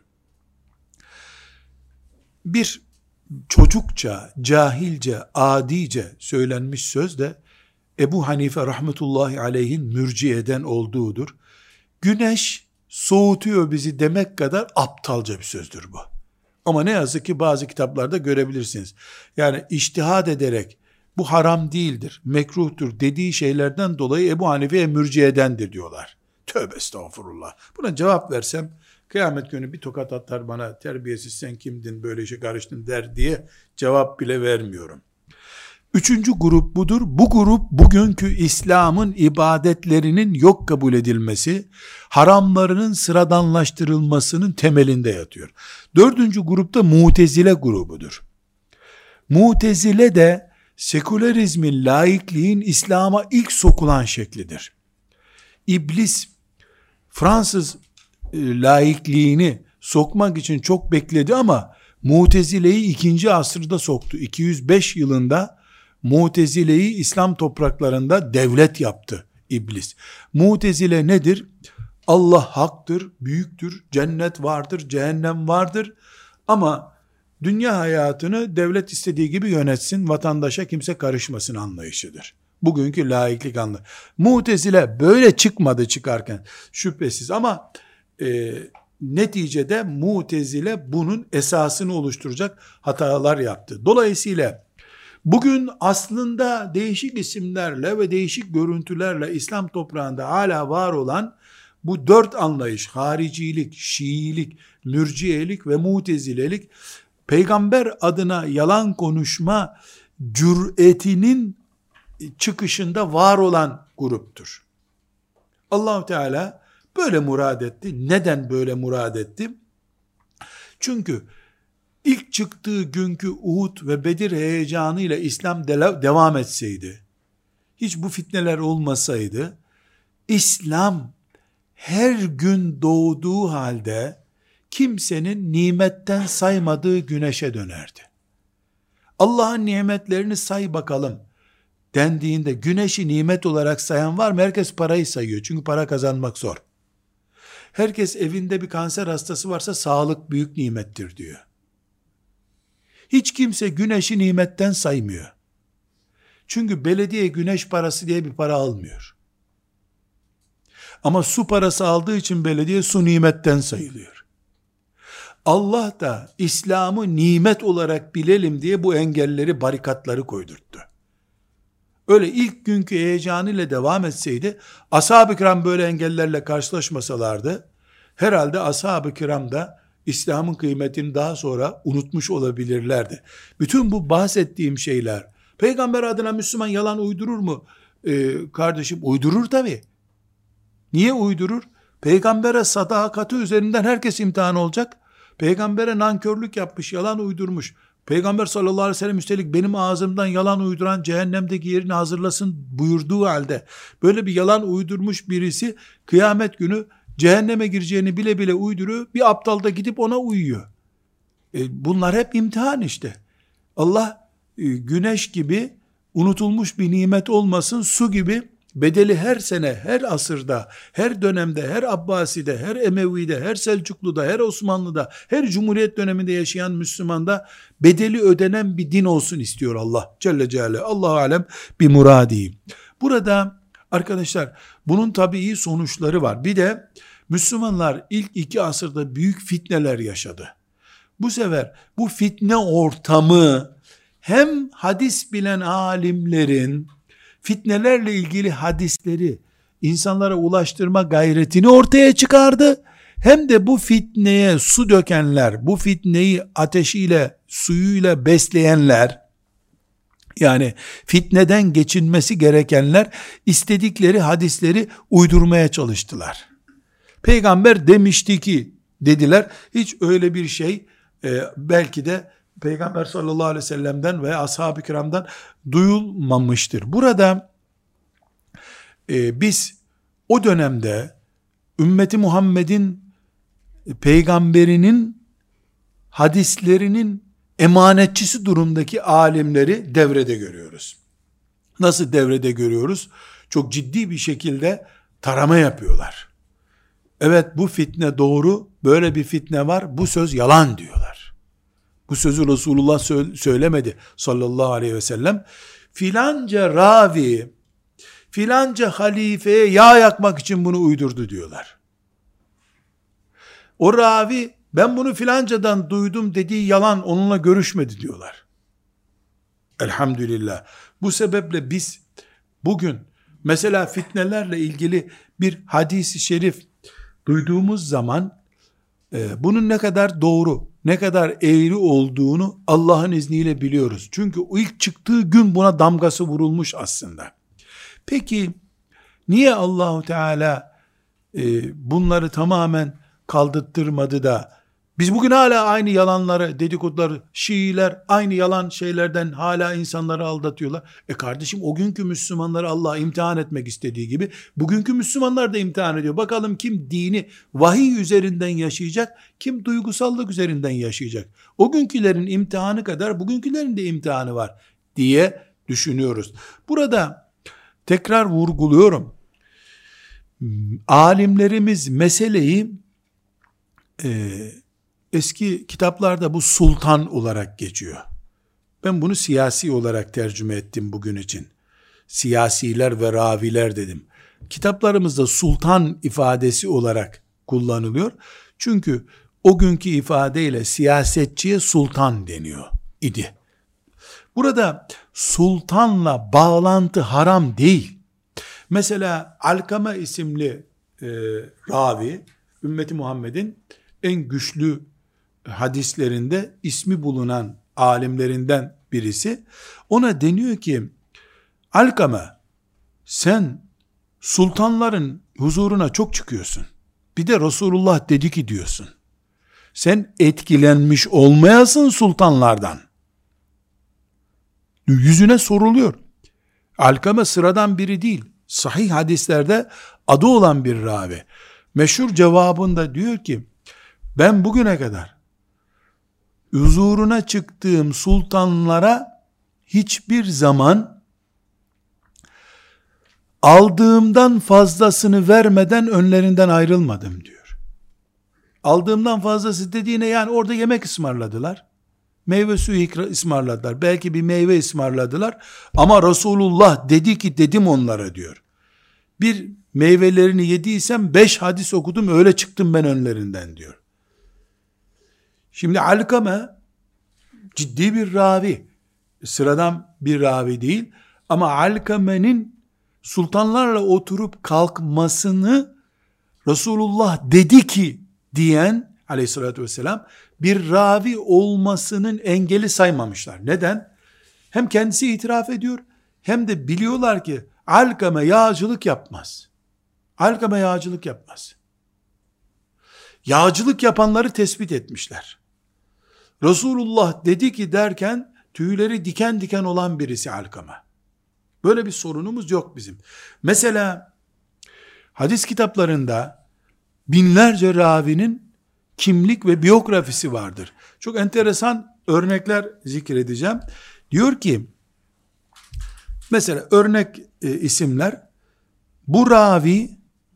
Bir çocukça, cahilce, adice söylenmiş söz de Ebu Hanife rahmetullahi aleyhin mürciyeden olduğudur. Güneş soğutuyor bizi demek kadar aptalca bir sözdür bu. Ama ne yazık ki bazı kitaplarda görebilirsiniz. Yani içtihad ederek bu haram değildir, mekruhtur dediği şeylerden dolayı Ebu Hanife'ye mürciyedendir diyorlar. Tövbe estağfurullah. Buna cevap versem kıyamet günü bir tokat atar bana, terbiyesiz sen kimdin böyle işe karıştın der diye cevap bile vermiyorum. Üçüncü grup budur. Bu grup bugünkü İslam'ın ibadetlerinin yok kabul edilmesi, haramlarının sıradanlaştırılmasının temelinde yatıyor. Dördüncü grupta Mutezile grubudur. Mutezile de sekülerizmin, laikliğin İslam'a ilk sokulan şeklidir. İblis Fransız laikliğini sokmak için çok bekledi ama Mutezile'yi 2. asırda soktu. 205 yılında Mutezile'yi İslam topraklarında devlet yaptı iblis. Mutezile nedir? Allah haktır, büyüktür, cennet vardır, cehennem vardır ama dünya hayatını devlet istediği gibi yönetsin, vatandaşa kimse karışmasın anlayışıdır. Bugünkü laiklik anlayışı. Mutezile böyle çıkmadı çıkarken şüphesiz ama neticede Mutezile bunun esasını oluşturacak hatalar yaptı. Dolayısıyla bugün aslında değişik isimlerle ve değişik görüntülerle İslam toprağında hala var olan bu dört anlayış, haricilik, Şiilik, mürciyelik ve mutezilelik, peygamber adına yalan konuşma cüretinin çıkışında var olan gruptur. Allah-u Teala böyle murad etti. Neden böyle murad etti? Çünkü ilk çıktığı günkü Uhud ve Bedir heyecanıyla İslam devam etseydi, hiç bu fitneler olmasaydı, İslam her gün doğduğu halde kimsenin nimetten saymadığı güneşe dönerdi. Allah'ın nimetlerini say bakalım dendiğinde güneşi nimet olarak sayan var mı? Herkes parayı sayıyor. Çünkü para kazanmak zor. Herkes evinde bir kanser hastası varsa sağlık büyük nimettir diyor. Hiç kimse güneşi nimetten saymıyor. Çünkü belediye güneş parası diye bir para almıyor. Ama su parası aldığı için belediye su nimetten sayılıyor. Allah da İslam'ı nimet olarak bilelim diye bu engelleri, barikatları koydurttu. Öyle ilk günkü heyecanıyla devam etseydi, ashab-ı kiram böyle engellerle karşılaşmasalardı, herhalde ashab-ı kiram da İslam'ın kıymetini daha sonra unutmuş olabilirlerdi. Bütün bu bahsettiğim şeyler, peygamber adına Müslüman yalan uydurur mu? Kardeşim uydurur tabii. Niye uydurur? Peygambere sadakati üzerinden herkes imtihan olacak. Peygambere nankörlük yapmış, yalan uydurmuş. Peygamber sallallahu aleyhi ve sellem üstelik benim ağzımdan yalan uyduran cehennemdeki yerini hazırlasın buyurduğu halde, böyle bir yalan uydurmuş birisi kıyamet günü cehenneme gireceğini bile bile uyduruyor. Bir aptal da gidip ona uyuyor. Bunlar hep imtihan işte. Allah güneş gibi unutulmuş bir nimet olmasın, su gibi bedeli her sene, her asırda, her dönemde, her Abbasi'de, her Emevi'de, her Selçuklu'da, her Osmanlı'da, her Cumhuriyet döneminde yaşayan Müslümanda bedeli ödenen bir din olsun istiyor Allah Celle Celaluhu. Allahu alem bir muradi. Burada arkadaşlar bunun tabii sonuçları var. Bir de Müslümanlar ilk 2 asırda büyük fitneler yaşadı. Bu sefer bu fitne ortamı hem hadis bilen alimlerin fitnelerle ilgili hadisleri insanlara ulaştırma gayretini ortaya çıkardı. Hem de bu fitneye su dökenler, bu fitneyi ateşiyle, suyuyla besleyenler, yani fitneden geçinmesi gerekenler istedikleri hadisleri uydurmaya çalıştılar. Peygamber demişti ki dediler. Hiç öyle bir şey belki de Peygamber sallallahu aleyhi ve sellem'den veya ashab-ı kiramdan duyulmamıştır. Burada biz o dönemde ümmeti Muhammed'in peygamberinin hadislerinin emanetçisi durumdaki alimleri devrede görüyoruz. Nasıl devrede görüyoruz? Çok ciddi bir şekilde tarama yapıyorlar. Evet, bu fitne doğru, böyle bir fitne var, bu söz yalan diyorlar. Bu sözü Resulullah söylemedi sallallahu aleyhi ve sellem. Filanca ravi, filanca halifeye yağ yakmak için bunu uydurdu diyorlar. O ravi, ben bunu filancadan duydum dediği yalan, onunla görüşmedi diyorlar. Elhamdülillah. Bu sebeple biz bugün mesela fitnelerle ilgili bir hadis-i şerif duyduğumuz zaman bunun ne kadar doğru, ne kadar eğri olduğunu Allah'ın izniyle biliyoruz. Çünkü o ilk çıktığı gün buna damgası vurulmuş aslında. Peki niye Allahu Teala bunları tamamen kaldırtmadı da biz bugün hala aynı yalanları, dedikoduları, Şiiler aynı yalan şeylerden hala insanları aldatıyorlar. Kardeşim, o günkü Müslümanları Allah imtihan etmek istediği gibi bugünkü Müslümanlar da imtihan ediyor. Bakalım kim dini vahiy üzerinden yaşayacak, kim duygusallık üzerinden yaşayacak. O günkülerin imtihanı kadar bugünkülerin de imtihanı var diye düşünüyoruz. Burada tekrar vurguluyorum. Alimlerimiz meseleyi eski kitaplarda bu sultan olarak geçiyor. Ben bunu siyasi olarak tercüme ettim bugün için. Siyasiler ve raviler dedim. Kitaplarımızda sultan ifadesi olarak kullanılıyor. Çünkü o günkü ifadeyle siyasetçiye sultan deniyor idi. Burada sultanla bağlantı haram değil. Mesela Alkame isimli ravi, ümmeti Muhammed'in en güçlü hadislerinde ismi bulunan alimlerinden birisi. Ona deniyor ki, Alkame, sen sultanların huzuruna çok çıkıyorsun. Bir de Resulullah dedi ki diyorsun. Sen etkilenmiş olmayasın sultanlardan. Yüzüne soruluyor. Alkame sıradan biri değil. Sahih hadislerde adı olan bir ravi. Meşhur cevabında diyor ki, ben bugüne kadar huzuruna çıktığım sultanlara hiçbir zaman aldığımdan fazlasını vermeden önlerinden ayrılmadım diyor. Aldığımdan fazlası dediğine yani orada yemek ısmarladılar. Meyve suyu ısmarladılar. Belki bir meyve ısmarladılar. Ama Resulullah dedi ki dedim onlara diyor. Bir meyvelerini yediysem 5 hadis okudum öyle çıktım ben önlerinden diyor. Şimdi Alkame ciddi bir ravi. Sıradan bir ravi değil. Ama Alkame'nin sultanlarla oturup kalkmasını Resulullah dedi ki diyen aleyhissalatü vesselam bir ravi olmasının engeli saymamışlar. Neden? Hem kendisi itiraf ediyor hem de biliyorlar ki Alkame yağcılık yapmaz. Alkame yağcılık yapmaz. Yağcılık yapanları tespit etmişler. Resulullah dedi ki derken tüyleri diken diken olan birisi Alkame. Böyle bir sorunumuz yok bizim. Mesela hadis kitaplarında binlerce ravinin kimlik ve biyografisi vardır. Çok enteresan örnekler zikredeceğim. Diyor ki, mesela örnek isimler, bu ravi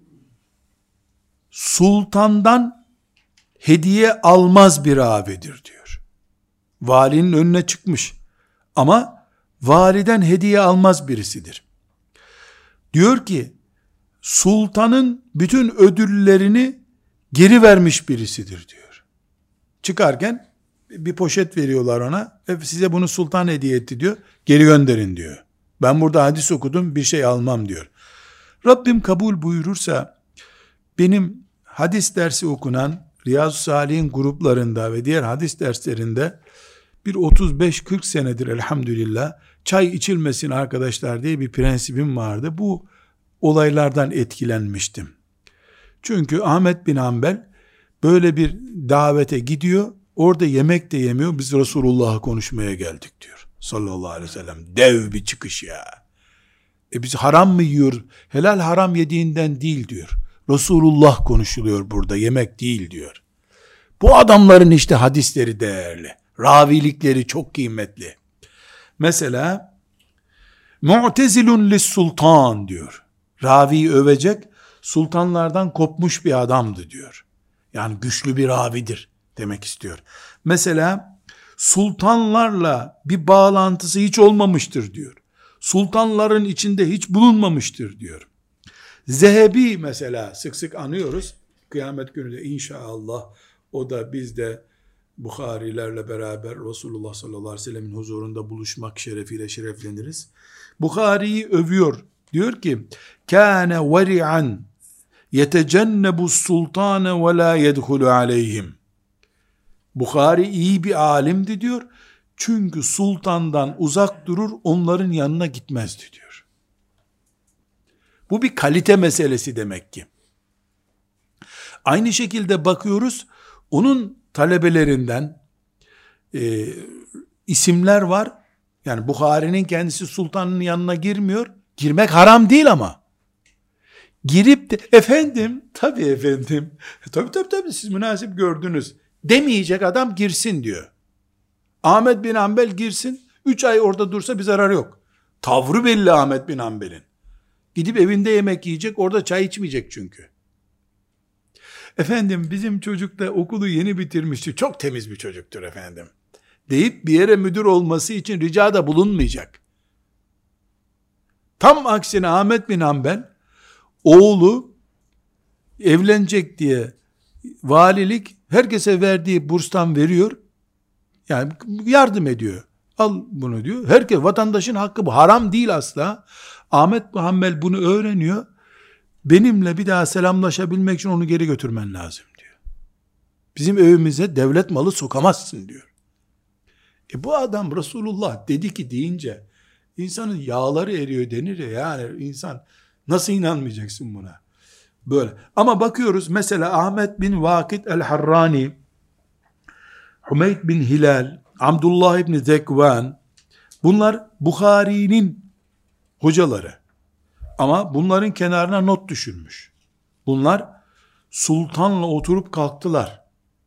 sultandan hediye almaz bir ravidir diyor. Valinin önüne çıkmış ama validen hediye almaz birisidir. Diyor ki, sultanın bütün ödüllerini geri vermiş birisidir diyor. Çıkarken bir poşet veriyorlar ona. Size bunu sultan hediye etti diyor. Geri gönderin diyor. Ben burada hadis okudum bir şey almam diyor. Rabbim kabul buyurursa benim hadis dersi okunan Riyazu Salih'in gruplarında ve diğer hadis derslerinde bir 35-40 senedir elhamdülillah çay içilmesin arkadaşlar diye bir prensibim vardı. Bu olaylardan etkilenmiştim. Çünkü Ahmet bin Hanbel böyle bir davete gidiyor, orada yemek de yemiyor, biz Resulullah'a konuşmaya geldik diyor. Sallallahu aleyhi ve sellem. Dev bir çıkış ya. Biz haram mı yiyor? Helal haram yediğinden değil diyor. Resulullah konuşuluyor burada, yemek değil diyor. Bu adamların işte hadisleri değerli. Ravilikleri çok kıymetli. Mesela mu'tezilun lissultan diyor. Raviyi övecek, sultanlardan kopmuş bir adamdı diyor. Yani güçlü bir ravidir demek istiyor. Mesela sultanlarla bir bağlantısı hiç olmamıştır diyor. Sultanların içinde hiç bulunmamıştır diyor. Zehebi mesela sık sık anıyoruz. Kıyamet günü de inşallah o da biz de Bukharilerle beraber Resulullah sallallahu aleyhi ve sellemin huzurunda buluşmak şerefiyle şerefleniriz. Bukhari'yi övüyor. Diyor ki, kâne veri'an yetecennebu sultane ve la yedhulu aleyhim. Bukhari iyi bir alimdi diyor. Çünkü sultandan uzak durur, onların yanına gitmezdi diyor. Bu bir kalite meselesi demek ki. Aynı şekilde bakıyoruz, onun talebelerinden isimler var. Yani Bukhari'nin kendisi sultanın yanına girmiyor. Girmek haram değil ama. Girip de efendim, tabii efendim, tabii siz münasip gördünüz demeyecek adam girsin diyor. Ahmet bin Hanbel girsin, 3 ay orada dursa bir zarar yok. Tavrı belli Ahmet bin Hanbel'in. Gidip evinde yemek yiyecek, orada çay içmeyecek çünkü. Efendim bizim çocuk da okulu yeni bitirmişti, çok temiz bir çocuktur efendim deyip bir yere müdür olması için ricada bulunmayacak. Tam aksine Ahmet bin Hanbel oğlu evlenecek diye valilik herkese verdiği burstan veriyor. Yani yardım ediyor. Al bunu diyor. Herkes, vatandaşın hakkı bu. Haram değil asla. Ahmet bin Hanbel bunu öğreniyor. Benimle bir daha selamlaşabilmek için onu geri götürmen lazım diyor. Bizim evimize devlet malı sokamazsın diyor. Bu adam Resulullah dedi ki deyince insanın yağları eriyor denir ya, yani insan Nasıl inanmayacaksın buna? Böyle. Ama bakıyoruz mesela Ahmet bin Vakit el-Harrani, Hümeyd bin Hilal, Abdullah ibn Zekvan, bunlar Bukhari'nin hocaları. Ama bunların kenarına not düşülmüş. Bunlar sultanla oturup kalktılar.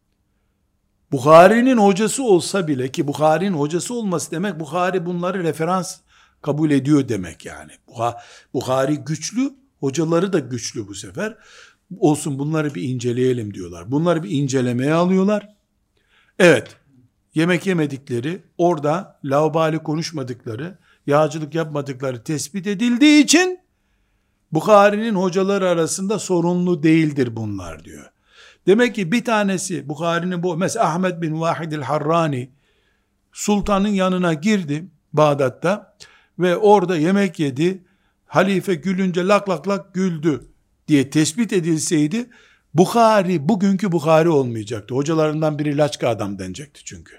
Bukhari'nin hocası olsa bile, ki Bukhari'nin hocası olması demek, Bukhari bunları referans kabul ediyor demek yani. Bukhari güçlü, hocaları da güçlü bu sefer. Olsun, bunları bir inceleyelim diyorlar. Bunları bir incelemeye alıyorlar. Evet, yemek yemedikleri, orada laubali konuşmadıkları, yağcılık yapmadıkları tespit edildiği için Bukhari'nin hocaları arasında sorunlu değildir bunlar diyor. Demek ki bir tanesi Bukhari'nin bu, mesela Ahmet bin Vahid el-Harrani sultanın yanına girdi Bağdat'ta ve orada yemek yedi. Halife gülünce lak lak lak güldü diye tespit edilseydi Bukhari bugünkü Bukhari olmayacaktı. Hocalarından biri laçka adam denecekti çünkü.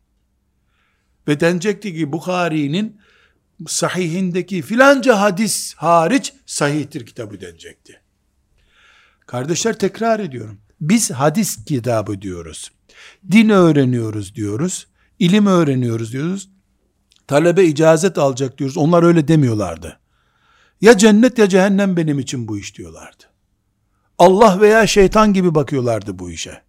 Ve denecekti ki Bukhari'nin sahihindeki filanca hadis hariç sahihtir kitabı denecekti. Kardeşler, tekrar ediyorum. Biz hadis kitabı diyoruz. Din öğreniyoruz diyoruz. İlim öğreniyoruz diyoruz. Talebe icazet alacak diyoruz. Onlar öyle demiyorlardı. Ya cennet ya cehennem benim için bu iş diyorlardı. Allah veya şeytan gibi bakıyorlardı bu işe.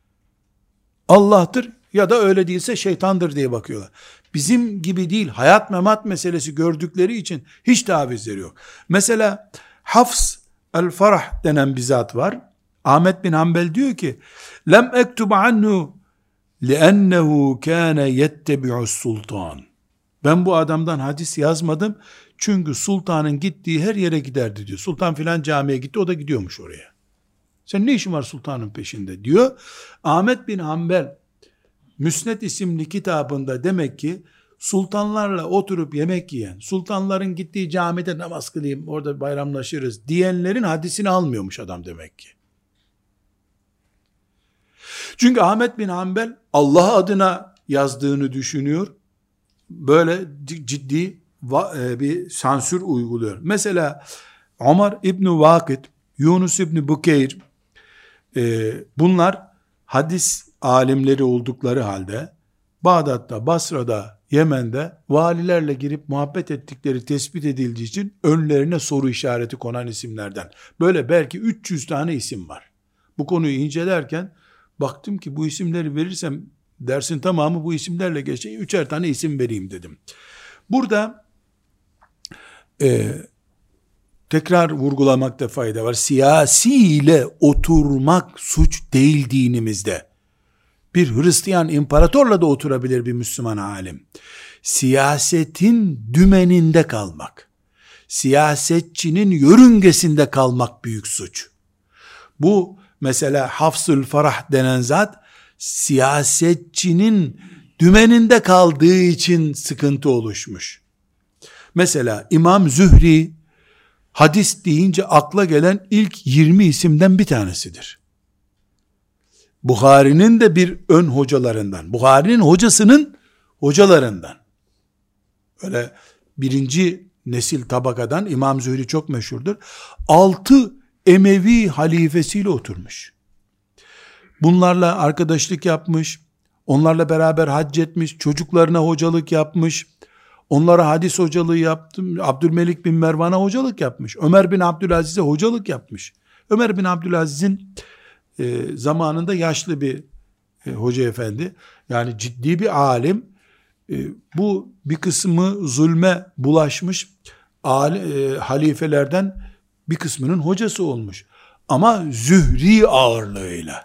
Allah'tır ya da öyle değilse şeytandır diye bakıyorlar. Bizim gibi değil, hayat memat meselesi gördükleri için hiç tavizleri yok. Mesela Hafs el-Farah denen bir zat var. Ahmet bin Hanbel diyor ki, lem ektub anhu li'ennehu kâne yettebi'us sultan. Ben bu adamdan hadis yazmadım, çünkü sultanın gittiği her yere giderdi diyor. Sultan filan camiye gitti, o da gidiyormuş oraya. Sen ne işin var sultanın peşinde diyor. Ahmet bin Hanbel Müsned isimli kitabında demek ki sultanlarla oturup yemek yiyen, sultanların gittiği camide namaz kılayım, orada bayramlaşırız diyenlerin hadisini almıyormuş adam demek ki. Çünkü Ahmet bin Hanbel Allah adına yazdığını düşünüyor. Böyle ciddi bir sansür uyguluyor. Mesela Ömer İbni Vakit, Yunus İbni Bukeyr, bunlar hadis alimleri oldukları halde Bağdat'ta, Basra'da, Yemen'de valilerle girip muhabbet ettikleri tespit edildiği için önlerine soru işareti konan isimlerden. Böyle belki 300 tane isim var. Bu konuyu incelerken baktım ki bu isimleri verirsem dersin tamamı bu isimlerle geçecek. 3'er tane isim vereyim dedim. Burada tekrar vurgulamakta fayda var. Siyasiyle oturmak suç değil dinimizde. Bir Hristiyan imparatorla da oturabilir bir Müslüman alim. Siyasetin dümeninde kalmak, siyasetçinin yörüngesinde kalmak büyük suç. Bu mesela Hafsül Farah denen zat, siyasetçinin dümeninde kaldığı için sıkıntı oluşmuş. Mesela İmam Zühri, hadis deyince akla gelen ilk 20 isimden bir tanesidir. Bukhari'nin de bir ön hocalarından, Bukhari'nin hocasının hocalarından. Öyle birinci nesil tabakadan İmam Zühri çok meşhurdur. 6 Emevi halifesiyle oturmuş. Bunlarla arkadaşlık yapmış, onlarla beraber hac etmiş, çocuklarına hocalık yapmış, onlara hadis hocalığı yaptı, Abdülmelik bin Mervan'a hocalık yapmış, Ömer bin Abdülaziz'e hocalık yapmış. Ömer bin Abdülaziz'in zamanında yaşlı bir hoca efendi, yani ciddi bir alim, bu bir kısmı zulme bulaşmış halifelerden bir kısmının hocası olmuş. Ama Zühri ağırlığıyla.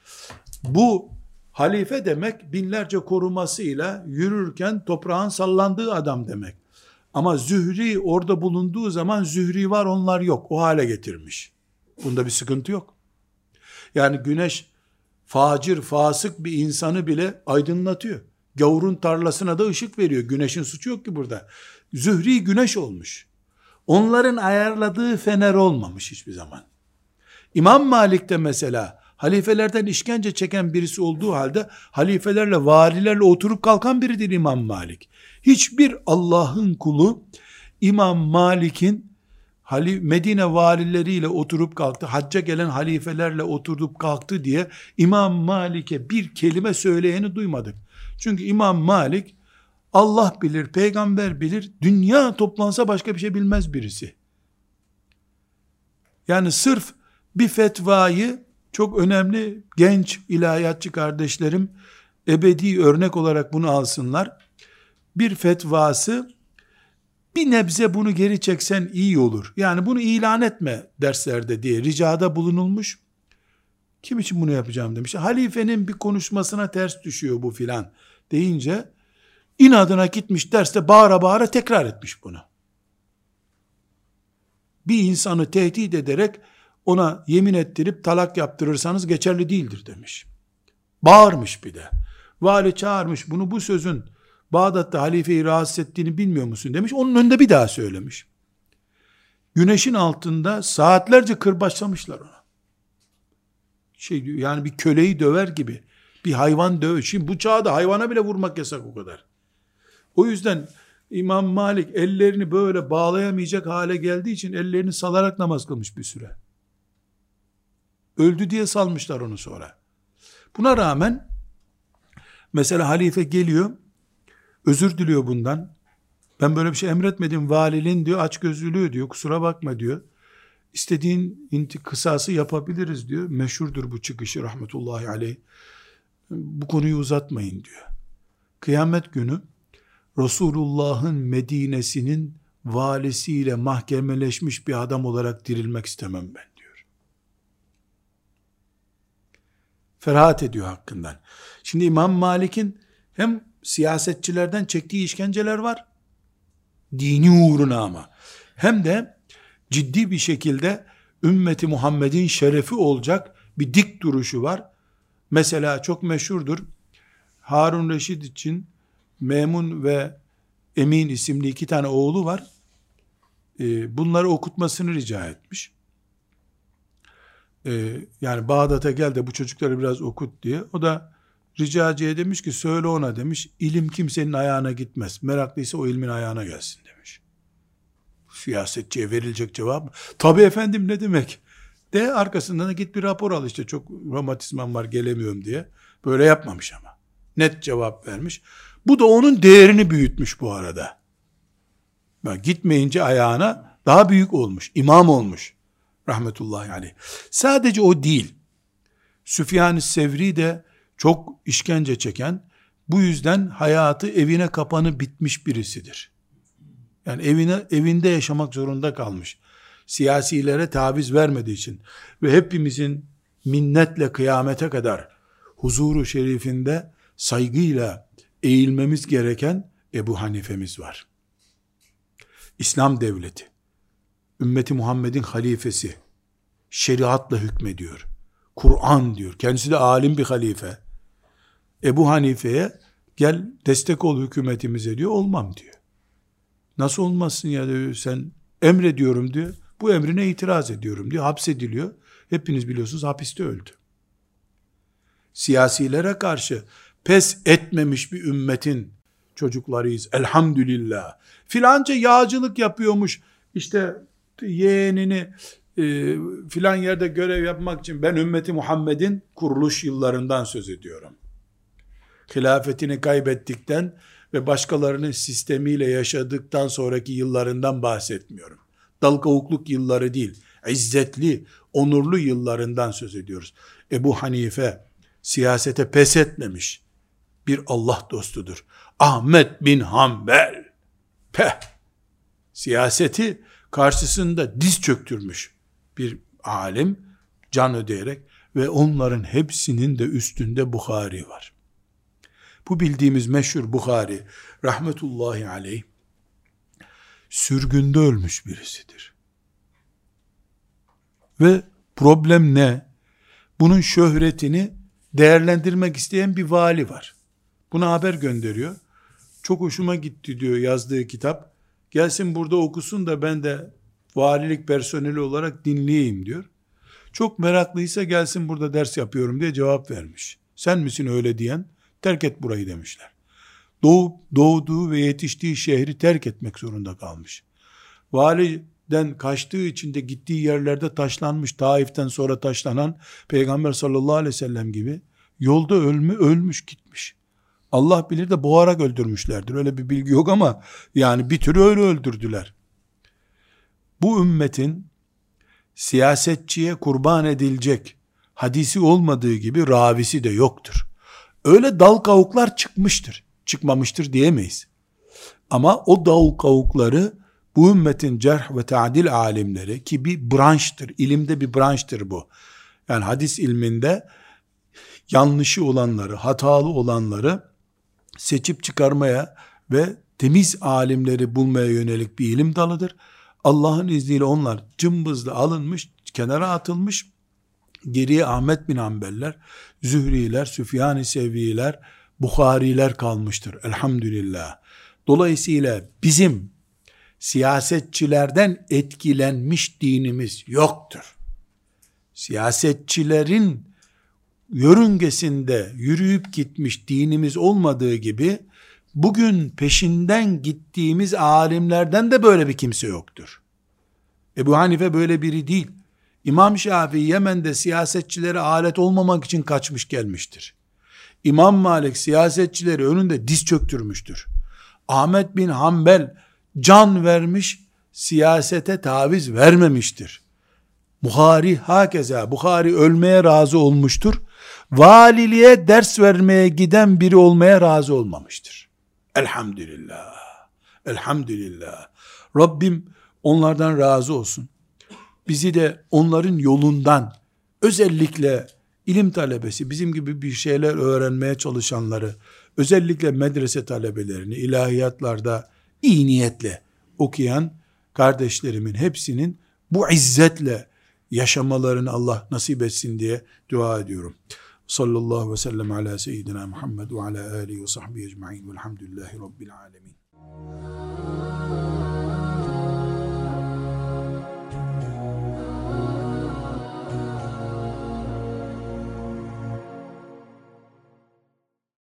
Bu halife demek binlerce korumasıyla yürürken toprağın sallandığı adam demek. Ama Zühri orada bulunduğu zaman Zühri var, onlar yok. O hale getirmiş. Bunda bir sıkıntı yok. Yani güneş facir, fasık bir insanı bile aydınlatıyor. Gavurun tarlasına da ışık veriyor. Güneşin suçu yok ki burada. Zühri güneş olmuş. Onların ayarladığı fener olmamış hiçbir zaman. İmam Malik de mesela halifelerden işkence çeken birisi olduğu halde halifelerle, valilerle oturup kalkan biridir İmam Malik. Hiçbir Allah'ın kulu İmam Malik'in Medine valileriyle oturup kalktı, hacca gelen halifelerle oturup kalktı diye İmam Malik'e bir kelime söyleyeni duymadık. Çünkü İmam Malik Allah bilir, peygamber bilir, dünya toplansa başka bir şey bilmez birisi. Yani sırf bir fetvayı, çok önemli genç ilahiyatçı kardeşlerim ebedi örnek olarak bunu alsınlar. Bir fetvası, bir nebze bunu geri çeksen iyi olur. Yani bunu ilan etme derslerde diye ricada bulunulmuş. Kim için bunu yapacağım demiş. Halifenin bir konuşmasına ters düşüyor bu filan deyince inadına gitmiş derste bağıra bağıra tekrar etmiş bunu. Bir insanı tehdit ederek ona yemin ettirip talak yaptırırsanız geçerli değildir demiş. Bağırmış bir de. Vali çağırmış, bunu, bu sözün Bağdat'ta halifeyi rahatsız ettiğini bilmiyor musun demiş. Onun önünde bir daha söylemiş. Güneşin altında saatlerce kırbaçlamışlar ona. Yani bir köleyi döver gibi, bir hayvan döver. Şimdi bu çağda hayvana bile vurmak yasak o kadar. O yüzden İmam Malik ellerini böyle bağlayamayacak hale geldiği için ellerini salarak namaz kılmış bir süre. Öldü diye salmışlar onu sonra. Buna rağmen mesela halife geliyor, özür diliyor bundan. Ben böyle bir şey emretmedim. Valinin diyor açgözlülüğü diyor. Kusura bakma diyor. İstediğin kısası yapabiliriz diyor. Meşhurdur bu çıkışı rahmetullahi aleyh. Bu konuyu uzatmayın diyor. Kıyamet günü Resulullah'ın Medine'sinin valisiyle mahkemeleşmiş bir adam olarak dirilmek istemem ben diyor. Ferahat ediyor hakkından. Şimdi İmam Malik'in hem siyasetçilerden çektiği işkenceler var, dini uğruna ama, hem de ciddi bir şekilde ümmeti Muhammed'in şerefi olacak bir dik duruşu var. Mesela çok meşhurdur, Harun Reşid için Memun ve Emin isimli 2 tane oğlu var. Bunları okutmasını rica etmiş. Yani Bağdat'a gel de bu çocukları biraz okut diye. O da ricacıya demiş ki söyle ona demiş, ilim kimsenin ayağına gitmez. Meraklıysa o ilmin ayağına gelsin demiş. Siyasetçiye verilecek cevap, tabii efendim ne demek? De arkasından da git bir rapor al, işte çok romatizmam var gelemiyorum diye. Böyle yapmamış ama. Net cevap vermiş. Bu da onun değerini büyütmüş bu arada. Yani gitmeyince ayağına daha büyük olmuş. İmam olmuş. Rahmetullahi aleyh. Sadece o değil. Süfyan-ı Sevri de çok işkence çeken, bu yüzden hayatı evine kapanı bitmiş birisidir. Yani evinde yaşamak zorunda kalmış. Siyasilere taviz vermediği için ve hepimizin minnetle kıyamete kadar huzuru şerifinde saygıyla eğilmemiz gereken Ebu Hanife'miz var. İslam devleti, ümmeti Muhammed'in halifesi, şeriatla hükmediyor. Kur'an diyor. Kendisi de alim bir halife. Ebu Hanife'ye gel destek ol hükümetimize diyor. Olmam diyor. Nasıl olmazsın ya diyor, sen emrediyorum diyor. Bu emrine itiraz ediyorum diyor. Hapsediliyor. Hepiniz biliyorsunuz hapiste öldü. Siyasilere karşı pes etmemiş bir ümmetin çocuklarıyız. Elhamdülillah. Filanca yağcılık yapıyormuş. İşte yeğenini filan yerde görev yapmak için, ben ümmeti Muhammed'in kuruluş yıllarından söz ediyorum. Hilafetini kaybettikten ve başkalarının sistemiyle yaşadıktan sonraki yıllarından bahsetmiyorum. Dal kavukluk yılları değil, izzetli, onurlu yıllarından söz ediyoruz. Ebu Hanife siyasete pes etmemiş bir Allah dostudur. Ahmet bin Hanbel siyaseti karşısında diz çöktürmüş bir alim, can ödeyerek, ve onların hepsinin de üstünde Buhari var. Bu bildiğimiz meşhur Buhari rahmetullahi aleyh sürgünde ölmüş birisidir. Ve problem ne? Bunun şöhretini değerlendirmek isteyen bir vali var. Buna haber gönderiyor. Çok hoşuma gitti diyor yazdığı kitap. Gelsin burada okusun da ben de valilik personeli olarak dinleyeyim diyor. Çok meraklıysa gelsin burada ders yapıyorum diye cevap vermiş. Sen misin öyle diyen? Terk et burayı demişler. Doğduğu ve yetiştiği şehri terk etmek zorunda kalmış. Vali Taif'den kaçtığı için de gittiği yerlerde taşlanmış, Taif'ten sonra taşlanan Peygamber sallallahu aleyhi ve sellem gibi yolda ölmüş gitmiş. Allah bilir de boğarak öldürmüşlerdir. Öyle bir bilgi yok ama yani bir tür öyle öldürdüler. Bu ümmetin siyasetçiye kurban edilecek hadisi olmadığı gibi ravisi de yoktur. Öyle dal kavuklar çıkmıştır. Çıkmamıştır diyemeyiz. Ama o dal kavukları bu ümmetin cerh ve ta'dil alimleri, ki bir branştır, ilimde bir branştır bu. Yani hadis ilminde yanlışı olanları, hatalı olanları seçip çıkarmaya ve temiz alimleri bulmaya yönelik bir ilim dalıdır. Allah'ın izniyle onlar cımbızla alınmış, kenara atılmış, geriye Ahmet bin Hanbel'ler, Zühri'ler, Süfyan-ı Sevri'ler, Bukhari'ler kalmıştır. Elhamdülillah. Dolayısıyla bizim siyasetçilerden etkilenmiş dinimiz yoktur. Siyasetçilerin yörüngesinde yürüyüp gitmiş dinimiz olmadığı gibi, bugün peşinden gittiğimiz alimlerden de böyle bir kimse yoktur. Ebu Hanife böyle biri değil. İmam Şafii Yemen'de siyasetçilere alet olmamak için kaçmış gelmiştir. İmam Malik siyasetçileri önünde diz çöktürmüştür. Ahmet bin Hanbel can vermiş, siyasete taviz vermemiştir. Bukhari hakeza, Bukhari ölmeye razı olmuştur. Valiliğe ders vermeye giden biri olmaya razı olmamıştır. Elhamdülillah. Elhamdülillah. Rabbim onlardan razı olsun. Bizi de onların yolundan, özellikle ilim talebesi, bizim gibi bir şeyler öğrenmeye çalışanları, özellikle medrese talebelerini, ilahiyatlarda iyi niyetle okuyan kardeşlerimin hepsinin bu izzetle yaşamalarını Allah nasip etsin diye dua ediyorum. Sallallahu aleyhi ve sellem ala seyyidina Muhammed ve ala alihi ve sahbihi ecma'in velhamdülillahi rabbil alemin.